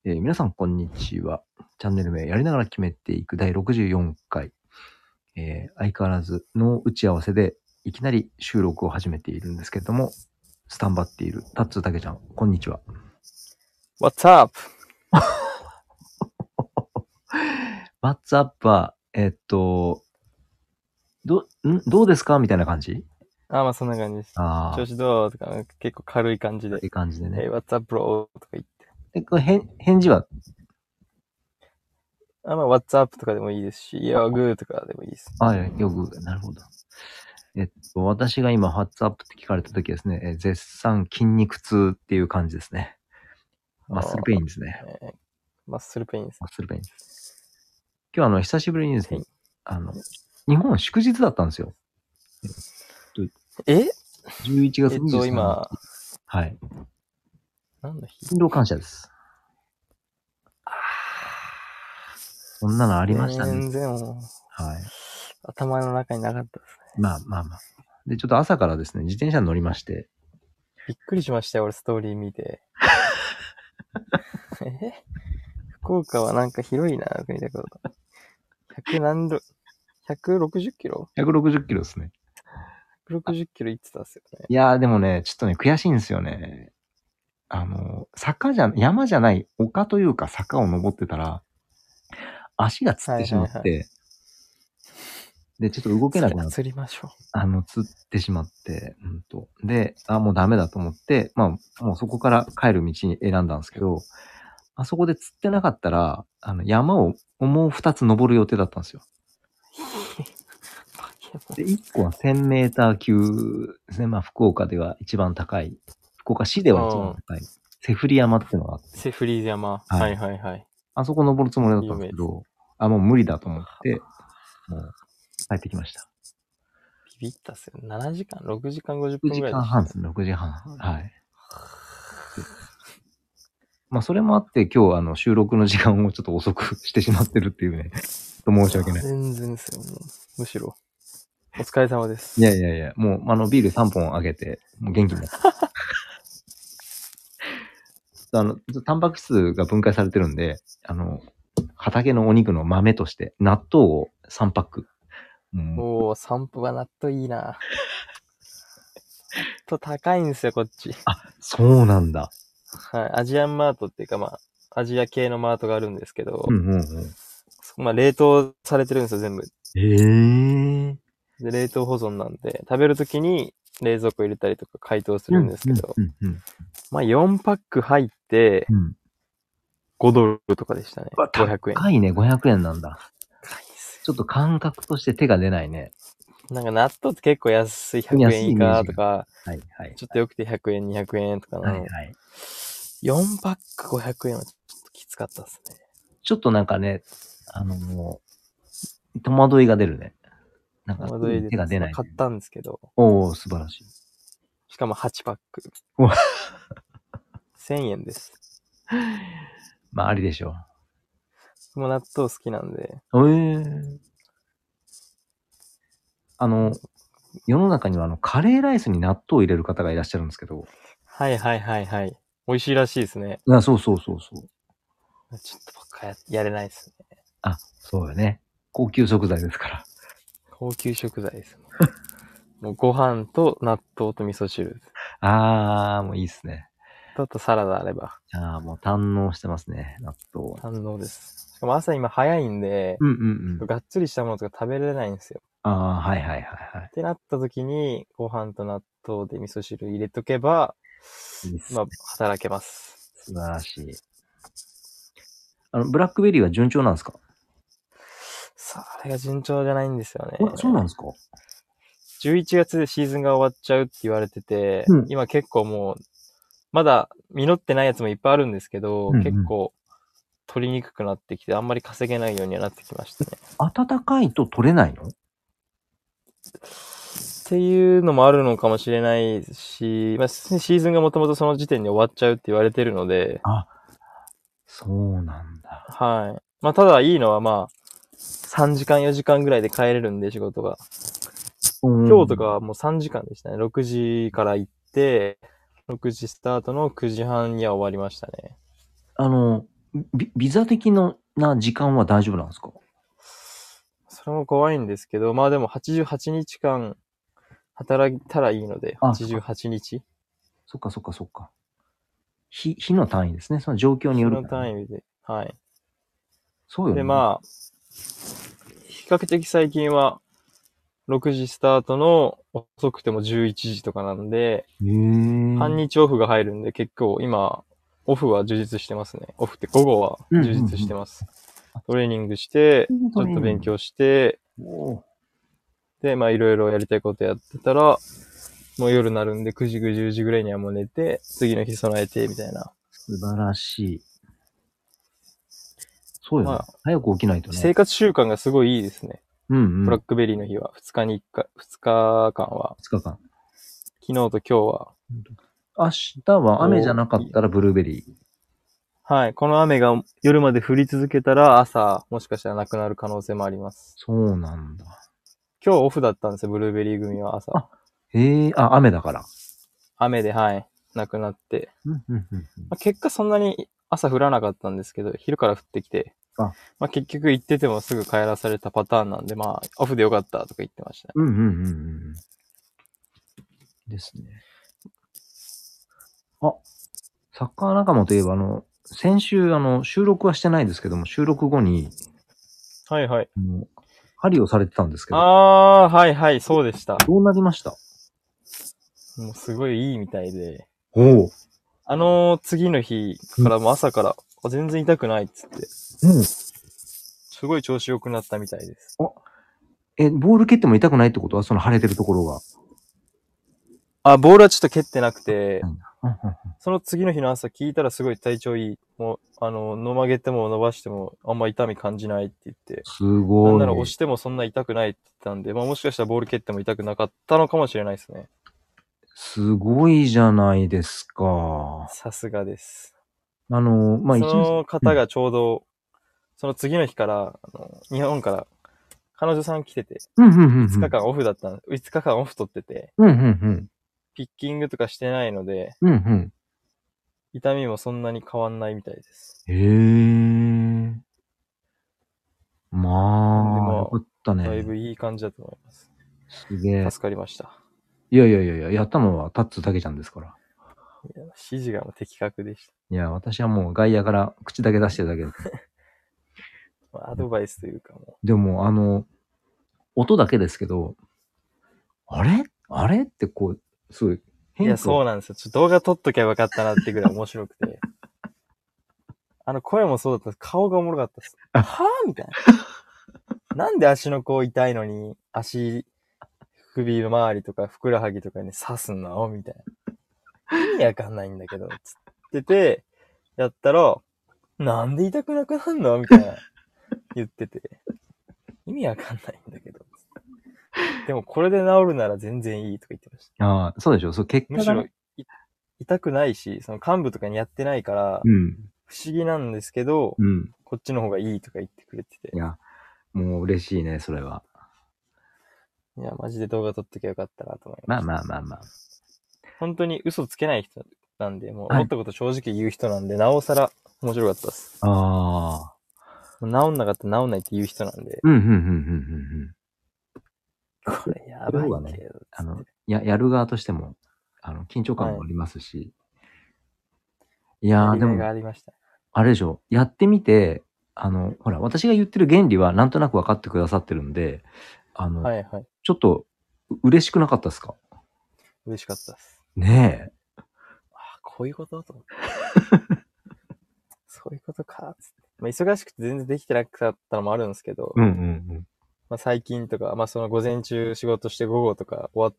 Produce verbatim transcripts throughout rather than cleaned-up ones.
えー、皆さんこんにちは。チャンネル名やりながら決めていくだいろくじゅうよんかい、えー、相変わらずの打ち合わせでいきなり収録を始めているんですけれども、スタンバっているタッツーたけちゃん、こんにちは。 What's up? What's up は、えー、っと、ど、んどうですかみたいな感じ？ あ、まあそんな感じです。 ああ。 調子どうとか、結構軽い感じで。 いい感じでね。 Hey, what's up, bro? とか言って。 え、これ返返事は？ あ、まあ What's up? とかでもいいですし、Yo, good とかでもいいです。 あ、よく、なるほど。えっと、私が今、What's up って聞かれたときですね、え絶賛筋肉痛っていう感じですね。マッスルペインですね。 えー、マッスルペインです。 マッスルペインです。今日あの、久しぶりにですね、あの、日本祝日だったんですよ。 えじゅういちがつえっにじゅうさんにち。 と、今、 はい。 何の日？ 勤労感謝です。そんなのありましたね。 全然もう、 はい。 頭の中になかったですね。 まあまあまあ。で、ちょっと朝からですね、自転車に乗りまして。 びっくりしましたよ、俺ストーリー見て。え福岡はなんか広いな、国だけど。ひゃく何度、ひゃくろくじゅっキロひゃくろくじゅっキロですね。 ひゃくろくじゅっキロ行ってたんですよね。 いやーでもね、ちょっとね、悔しいんですよね。あの、坂じゃ、山じゃない丘というか坂を登ってたら、足がつってしまって、はいはいはい、で、ちょっと動けなくなって、 釣りましょう。 あの、釣ってしまって、うんと。で、あ、もうダメだと思って、まあ、もうそこから帰る道に選んだんですけど、あそこで釣ってなかったら、あの、山をもう二つ登る予定だったんですよ。で、一個はせんメーター級ですね。まあ、福岡では一番高い、福岡市では一番高い、セフリ山っていうのがあって。 セフリ山。はい、はい、はいはい。 あそこ登るつもりだったんですけど、あ、もう無理だと思って、もう帰ってきました。 ビビったっすよ。ななじかん ?ろくじかんごじゅっぷんぐらいでした、ね。 ろくじかんはんですね、ろくじはん。はい。まあ、それもあって、今日、あの、収録の時間をちょっと遅くしてしまってるっていうね。と申し訳ない。 全然ですよ、もう。むしろ。お疲れ様です。 いやいやいや、もう、あの、ビールさんぽんあげて、もう元気になった。あの、タンパク質が分解されてるんで、あの、畑のお肉の豆として、納豆をさんパック。 うん、おー、散歩が納豆いいな。納豆高いんですよ、こっち。 あ、そうなんだ。 はい。アジアンマートっていうか、まあ、アジア系のマートがあるんですけど、 うんうんうん。 まあ、冷凍されてるんですよ、全部。 へー。 で、冷凍保存なんで、食べるときに冷蔵庫入れたりとか解凍するんですけど、 うんうんうんうん、 まあ、よんパック入って、ごドルとかでしたね。ごひゃくえん。 高いね、ごひゃくえんなんだ。高いっすよ。ちょっと感覚として手が出ないね。 なんか納豆って結構安いひゃくえん以下とか、 はいはい、 ちょっとよくてひゃくえん、にひゃくえんとかなの。はいはい、よんパックごひゃくえんはちょっときつかったですね。 ちょっとなんかね、あのもう、戸惑いが出るね。なんか手が出ない、ね。 買ったんですけど。 おー、素晴らしい。 しかもはちパック。せんえんです。 まあ、ありでしょう。もう納豆好きなんで。 えー。あの、世の中にはあの、カレーライスに納豆を入れる方がいらっしゃるんですけど。 はいはいはいはい。美味しいらしいですね。 いや、そうそうそうそう。 ちょっと僕は や, やれないですね。 あ、そうよね。高級食材ですから。 高級食材ですね。もうご飯と納豆と味噌汁。 あー、もういいっすね。 あとサラダあれば。 あー、もう堪能してますね、納豆。 堪能です。しかも朝今早いんで、 うんうんうん。 がっつりしたものとか食べれないんですよ。 ああ、はいはいはいはい。 ってなった時に、ご飯と納豆で味噌汁入れとけば、いいっすね、まあ、働けます。 素晴らしい。あの、ブラックベリーは順調なんですか？ さあ、あれが順調じゃないんですよね。 そうなんですか？ じゅういちがつでシーズンが終わっちゃうって言われてて、うん、今結構もう、まだ実ってないやつもいっぱいあるんですけど、うんうん、結構取りにくくなってきて、あんまり稼げないようにはなってきましたね。 暖かいと取れないの？ っていうのもあるのかもしれないし、まあ、シーズンがもともとその時点で終わっちゃうって言われてるので。 あ、そうなんだ。 はい。まあ、ただいいのはまあ、さんじかんよじかんぐらいで帰れるんで仕事が。今日とかはもうさんじかんでしたね。ろくじから行って、ろくじスタートのくじはんには終わりましたね。 あの、 ビ、ビザ的な時間は大丈夫なんですか？ それも怖いんですけど、まあでもはちじゅうはちにちかん働いたらいいので、 あ、 はちじゅうはちにち。 そっかそっかそっか。日、日の単位ですね。その状況に日よるから、 の単位で。はい。で、 そうよね。 まあ、比較的最近はろくじスタートの遅くてもじゅういちじとかなんで、 へー。 半日オフが入るんで結構今、オフは充実してますね。オフって午後はうんうん充実しうん。 てます。トレーニングして、ちょっトレーニング。 と勉強して、 おー。 で、まあいろいろやりたいことやってたら、もう夜になるんでくじ、じゅうじぐらいにはもう寝て、次の日備えて、みたいな。 素晴らしい。そうよね。 まあ、 早く起きないとね。 生活習慣がすごいいいですね。 うんうん。 ブラックベリーの日は、ふつかにいっかい、ふつかかんは、 ふつかかん。 昨日と今日は、 明日は雨じゃなかったらブルーベリー。 はい。この雨が夜まで降り続けたら朝、もしかしたらなくなる可能性もあります。 そうなんだ。 今日オフだったんですよ、ブルーベリー組は朝。 あ、へえ、あ、雨だから。 雨で、はい。なくなって。 うんうんうんうん。 まあ、結果そんなに朝降らなかったんですけど、昼から降ってきて、 あ、 まあ、結局行っててもすぐ帰らされたパターンなんで、まあ、オフでよかったとか言ってましたね。 うんうんうんうん。ですね。あ、サッカー仲間といえば、あの、先週、あの、収録はしてないですけども、収録後に、 はいはい。 あの、針をされてたんですけど、 あー、はいはい、そうでした。 どうなりました？ もうすごいいいみたいで、 おお。 あのー、次の日からもう朝から、あ全然痛くないっつって、 うん。 すごい調子良くなったみたいです。 あ、え、ボール蹴っても痛くないってことはその腫れてるところが。 あ、ボールはちょっと蹴ってなくて、 うんうんうんその次の日の朝聞いたらすごい体調いい。もう、あの、の曲げても伸ばしてもあんま痛み感じないって言って、 すなんごい。 なら押してもそんな痛くないって言ってたんで、まあもしかしたらボール蹴っても痛くなかったのかもしれないですね。 すごいじゃないですか。 さすがです。 あの、まあ、 そ一日、 の方がちょうど、その次の日から、あの、日本から彼女さん来てて、 うん、うん、うん、う 5日ん。 間オフだったん、いつかかんオフ取ってて、 うん、うん、うん。 ピッキングとかしてないので、 うん、うん。 痛みもそんなに変わんないみたいです。 へえ。まあ、よなんでまかったあ、だいね。 ぶいい感じだと思います。 すげえ。 助かりました。 いやいやいやいや、やったのはタッツだけちゃんですから。 いや指示がもう的確でしいや、私はもう外野から口だけ出してるだけで。 た。まあアドバイスというかもでも、あの、音だけですけど、あれあれってこう、すごいう。い変化。 や、そうなんですよ。ちょっと動画撮っときゃよかったなってぐらい面白くて。あの声もそうだったです。顔がおもろかったです。はぁみたいな。なんで足の甲痛いのに、足、首周りとかふくらはぎとかに刺すのみたいな。意味わかんないんだけど、つってて、やったら、なんで痛くなくなるのみたいな。言ってて。意味わかんないんだけど。でもこれで治るなら全然いいとか言ってました。 ああ、そうでしょ。そう、結むしろ果がね。 痛くないし、その幹部とかにやってないから、 うん。 不思議なんですけど、 うん。 こっちの方がいいとか言ってくれてて。 いや、もう嬉しいね、それは。 いや、マジで動画撮っときゃよかったなと思いままあした。 まあまあまあ。 本当に嘘つけない人なんで、もうはい思ったこと正直言う人なんで、なおさら面白かったです。 ああ。 もう治んなかったら治んないって言う人なんで、 うん、うん、うん、うん、うん。 これやそればい方がね、 けど、 あの、や、やる側としても、あの、緊張感もありますし。いやー、 やりがいがでも、 ありました。 あれでしょ、やってみて、あの、ほら、私が言ってる原理はなんとなく分かってくださってるんで、あの、 はいはい。 ちょっと、う嬉しくなかったですか？ 嬉しかったです。 ねえ。 あ、こういうことと思って。そういうことか、つって。まあ、忙しくて全然できてなかったのもあるんですけど、 うんうんまあ、最近とか、まあ、その午前中仕事して午後とか終わって、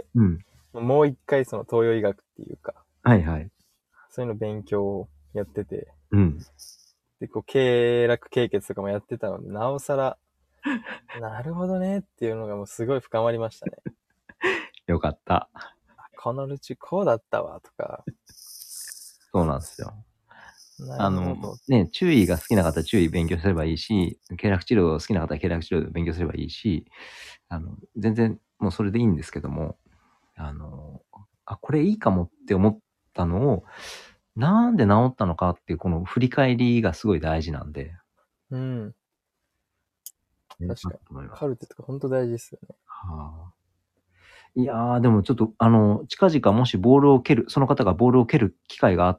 うん。うん。 もう一回その東洋医学っていうか、 はいはい。 そういうの勉強をやってて、 うん。 で、こう、経絡経血とかもやってたので、なおさら、なるほどねっていうのがもうすごい深まりましたね。 よかった。 このルチこうだったわ、とか。 そうなんですよ。 なあの、 るほど。 ね、注意が好きな方は注意勉強すればいいし、経絡治療好きな方は経絡治療勉強すればいいし、あの、全然もうそれでいいんですけども、あの、あ、これいいかもって思ったのを、 なんで治ったのかっていうこの振り返りがすごい大事なんで。 うん。 ね、 確かに。 に。カルテとか本当大事ですよね。 はあ。いやー、でもちょっと、あの、近々もしボールを蹴る、その方がボールを蹴る機会があって、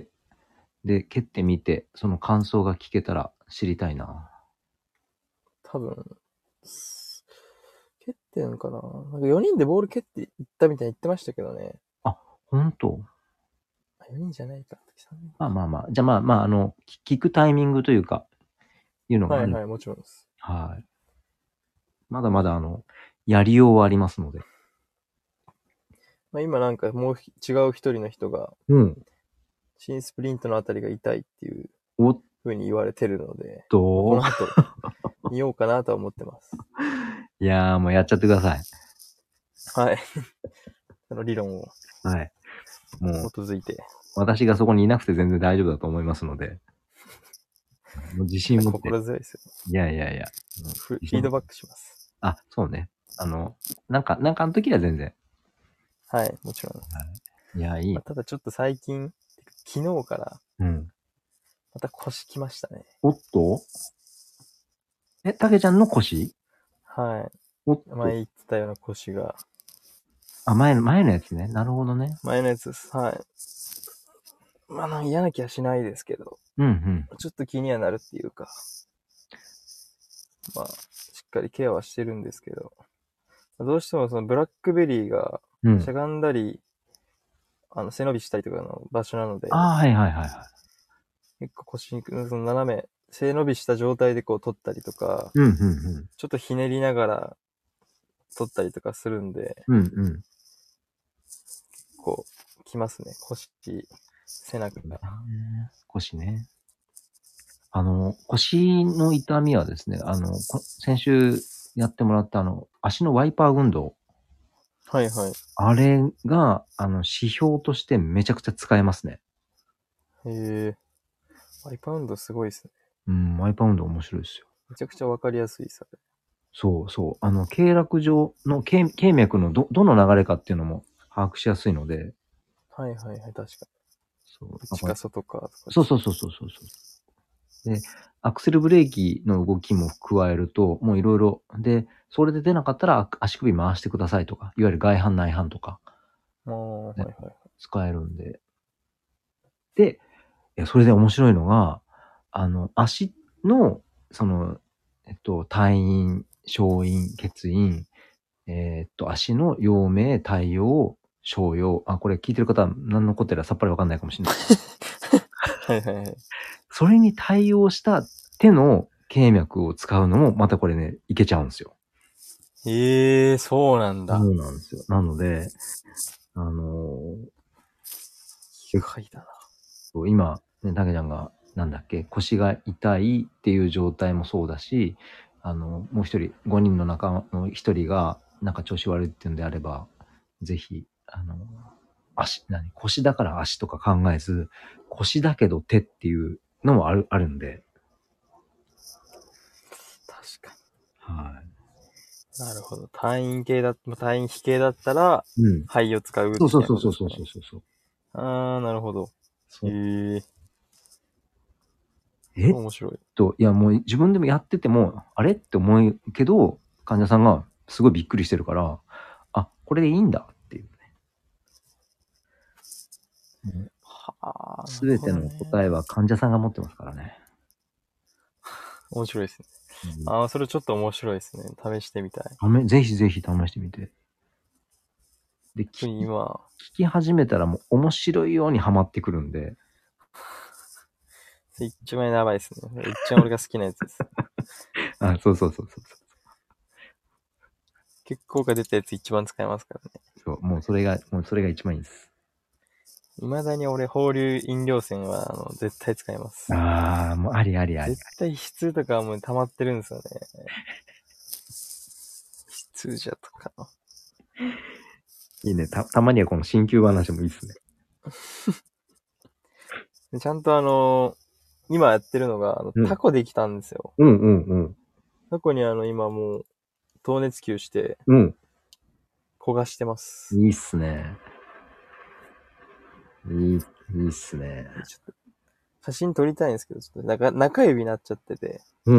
で、蹴ってみて、その感想が聞けたら知りたいな。 多分、蹴ってんのかな、なんかよにんでボール蹴っていったみたいに言ってましたけどね。 あ、ほんと？ よにんじゃないか。 まあまあまあ。じゃあまあまあ、あの、聞くタイミングというか、いうのがある。 はいはい、もちろんです。 はい。まだまだあの、やりようはありますので。 まあ、今なんかもう違う一人の人が、 うん。 新スプリントのあたりが痛いっていうおっ風に言われてるので、 と、 この後見ようかなとは思ってます。 いやーもうやっちゃってください。 はい。その理論をはい。もう、 基づいて。 私がそこにいなくて全然大丈夫だと思いますので。もう自信持って。 心強いですよ。 いやいやいや。 フィードバックします。 あ、そうね。あの、なんか、なんかの時は全然。 はい、もちろん。 はい、いや、いい、 まあ、ただちょっと最近、昨日から、 うん。 また腰きましたね。 おっとえ、たけちゃんの腰？ はい。 おっと前言ってたような腰が。 あ、前の、前のやつね。なるほどね。 前のやつです。はい。まあ、なん嫌な気はしないですけど、 うんうん。 ちょっと気にはなるっていうか、まあ、しっかりケアはしてるんですけど、どうしてもそのブラックベリーがうん。 しゃがんだり、あの背伸びしたりとかの場所なので、 ああ、はいはいはいはい。 結構腰に、その斜め、背伸びした状態でこう取ったりとか、 うんうんうん。 ちょっとひねりながら取ったりとかするんで、 うんうん。 こう、きますね。腰、背中が。 腰ね。あの、腰の痛みはですね、あの、先週やってもらったあの、足のワイパー運動。 はいはい。 あれが、あの、指標としてめちゃくちゃ使えますね。 へえ。ワイパウンドすごいですね。 うん、ワイパー運動面白いですよ。 めちゃくちゃわかりやすいさ。 そうそう。あの、経絡上の経経脈のど、どの流れかっていうのも把握しやすいので。 はいはいはい、確かに。 そう。 内か外かとか。 そうそうそうそうそう。で、アクセルブレーキの動きも加えると、もういろいろ。で、それで出なかったら足首回してくださいとか、いわゆる外反内反とか。 ああ、はいはい。 使えるんで。で、それで面白いのが、あの、足の、その、えっと、退院、小院、欠院、えー、っと、足の陽明、太陽、小陽。あ、これ聞いてる方は何のこってらさっぱりわかんないかもしれない。 はいはいはい。 それに対応した手の経脈を使うのも、またこれね、いけちゃうんですよ。 ええー、そうなんだ。 そうなんですよ。なので、あのー、 意外だな。 今、ね、たけちゃんが、なんだっけ、腰が痛いっていう状態もそうだし、あの、もう一人、ごにんの中の一人が、なんか調子悪いっていうんであれば、ぜひ、あの、足、何、腰だから足とか考えず、腰だけど手っていうのもある、あるんで。 確かはい。 に。なるほど。単位系だ、単位比系だったら、 うん。 肺を使うみたそうそういなそうそうことですかね。 そうそうそう。 あー、なるほど。 そう。 へえ。 えっ面白い。 と、いやもう自分でもやってても、あれって思うけど、患者さんがすごいびっくりしてるから、あ、これでいいんだっていうね。 はあ、 すべての答えは患者さんが持ってますからね。 面白いですね。 うん、 ああ、それちょっと面白いですね。試してみたい。 ぜひぜひ試してみて。で、聞き、 今、 聞き始めたらもう面白いようにはまってくるんで。 一番やばいですね。一番俺が好きなやつです。 あ、そうそうそうそう。 結構が出たやつ一番使えますからね。 そう、もうそれが、もうそれが一番いいです。 未だに俺、放流飲料水は、あの、絶対使います。 ああ、もうありありあり。 絶対必須とかはもう溜まってるんですよね。必須じゃとか。 いいね。た、たまにはこの鍼灸話もいいっすね。 ちゃんとあの、今やってるのが、あの、 うん、 タコできたんですよ。 うんうんうん。 タコにあの、今もう、糖熱球して、 うん。 焦がしてます。 いいっすね。いいっすいいっすね。 ちょっと写真撮りたいんですけど、ちょっと中中指になっちゃってて。 うん。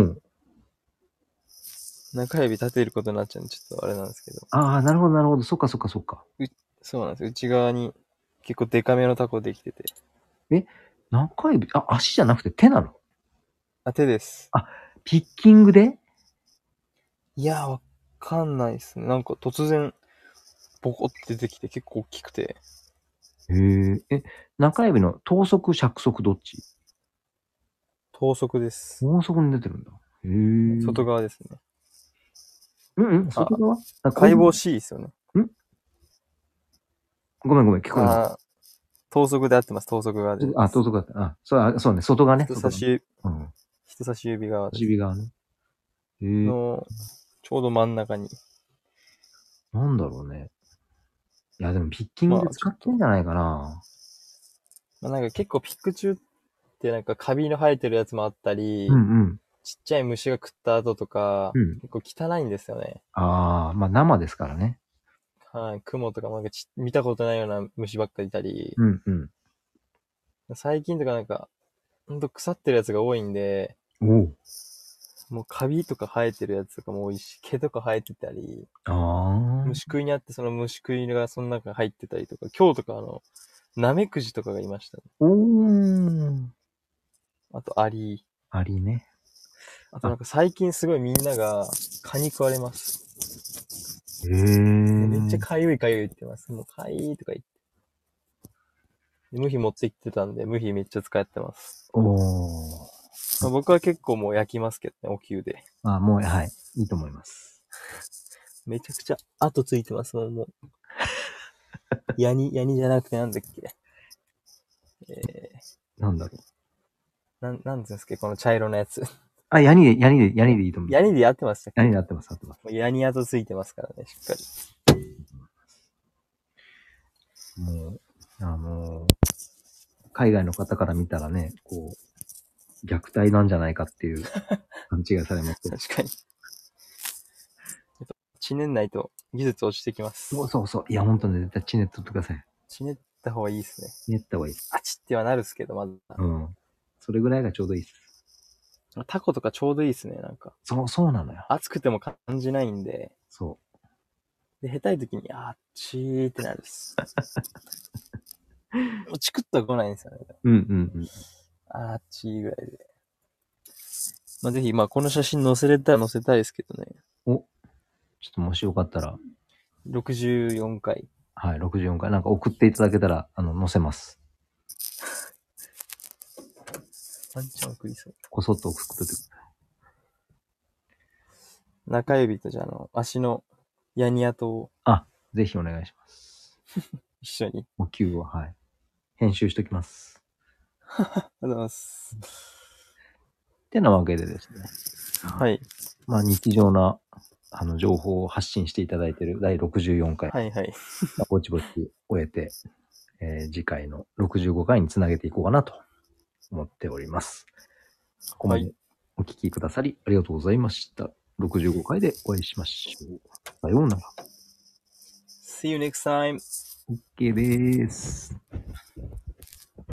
中指立てることになっちゃうんで、ちょっとあれなんですけど。 ああ、なるほど、なるほど。そっかそっかそっか。 そうなんです。内側に結構デカめのタコできてて。 え、中指、あ、足じゃなくて手なの？ あ、手です。 あ、ピッキングで？ いや、わかんないですね。なんか突然、ボコって出てきて結構大きくて。 へえ、え、中指の等速、尺速どっち？ 等速です。 等速に出てるんだ。へえ。 外側ですね。 うんうん、外側？ 解剖 C ですよね。 ん？ごめんごめん、聞こえない。 あ、等速で合ってます、等速側で。 あ、等速だった。あ、そう、そうね、外側ね。 人差し指、 うん。 人差し指側人差し指側ね。へえ。 の、ちょうど真ん中に。 なんだろうね。いや、でもピッキングで使ってんじゃないかな。 まあ、なんか結構ピック中ってなんかカビの生えてるやつもあったり、 うんうん。 ちっちゃい虫が食った後とか、 うん、 結構汚いんですよね。 ああ、まあ生ですからね。 はい、雲とかなんかち見たことないような虫ばっかりいたり、 うんうん。 最近とかなんか、ほんと腐ってるやつが多いんで、 おう。 もうカビとか生えてるやつとかも多いし、毛とか生えてたり、 ああ。 虫食いにあってその虫食いがその中に入ってたりとか、今日とかあの、ナメクジとかがいましたね。 おー。 あとアリ。 アリね。 あとなんか最近すごいみんなが蚊に食われます。 へえ。 めっちゃかゆいかゆいって言ってます。もうかゆいとか言って。無比持って行ってたんで、無比めっちゃ使ってます。 おー。 まあ、僕は結構もう焼きますけどね、お灸で。 あ、もう、はい。いいと思います。 めちゃくちゃ跡ついてますもん、もう。ヤニ、ヤニじゃなくてなんだっけ。えー、なんだろー、なん、なんですかこの茶色のやつ。 あ、ヤニで、ヤニで、ヤニでいいと思う。 ヤニで合ってましたっけ？ ヤニで合ってます、合ってます。 ヤニ跡ついてますからね、しっかり。 もう、あのー、海外の方から見たらね、こう、虐待なんじゃないかっていう勘違いされますけど。 確かに。血ねんないと技術落ちてきます。 そうそうそう。いや、ほんとね、絶対血ねっとってください。 血ねった方がいいですね。 血ねった方がいいです。 あちってはなるっすけど、まだ。 うん。それぐらいがちょうどいいです。 タコとかちょうどいいですね、なんか。 そう、そうなのよ。 熱くても感じないんで。 そう。 で、下手い時に、あっちーってなるっす。チクッとは来ないんですよね。 うんうんうん。 あっちーぐらいで。まあ、ぜひ、まあ、この写真載せれたら載せたいですけどね。 お、ちょっともしよかったら。 ろくじゅうよんかい。 はい、ろくじゅうよんかい。なんか送っていただけたら、あの、載せます。 ワンチャン送りそう。 こそっと送ってください。 中指とじゃあ、あの、足のヤニ跡を。 あ、ぜひお願いします。 一緒に。 お灸を、はい。編集しときます。 ありがとうございます。 ってなわけでですね。 はい。 まあ、日常な、あの、情報を発信していただいているだいろくじゅうよんかい。 はいはい。 ぼちぼち終えて、えー、次回のろくじゅうごかいにつなげていこうかなと思っております。ここまでお聞きくださりありがとうございました。ろくじゅうごかいでお会いしましょう。さようなら。 See you next time. OK です。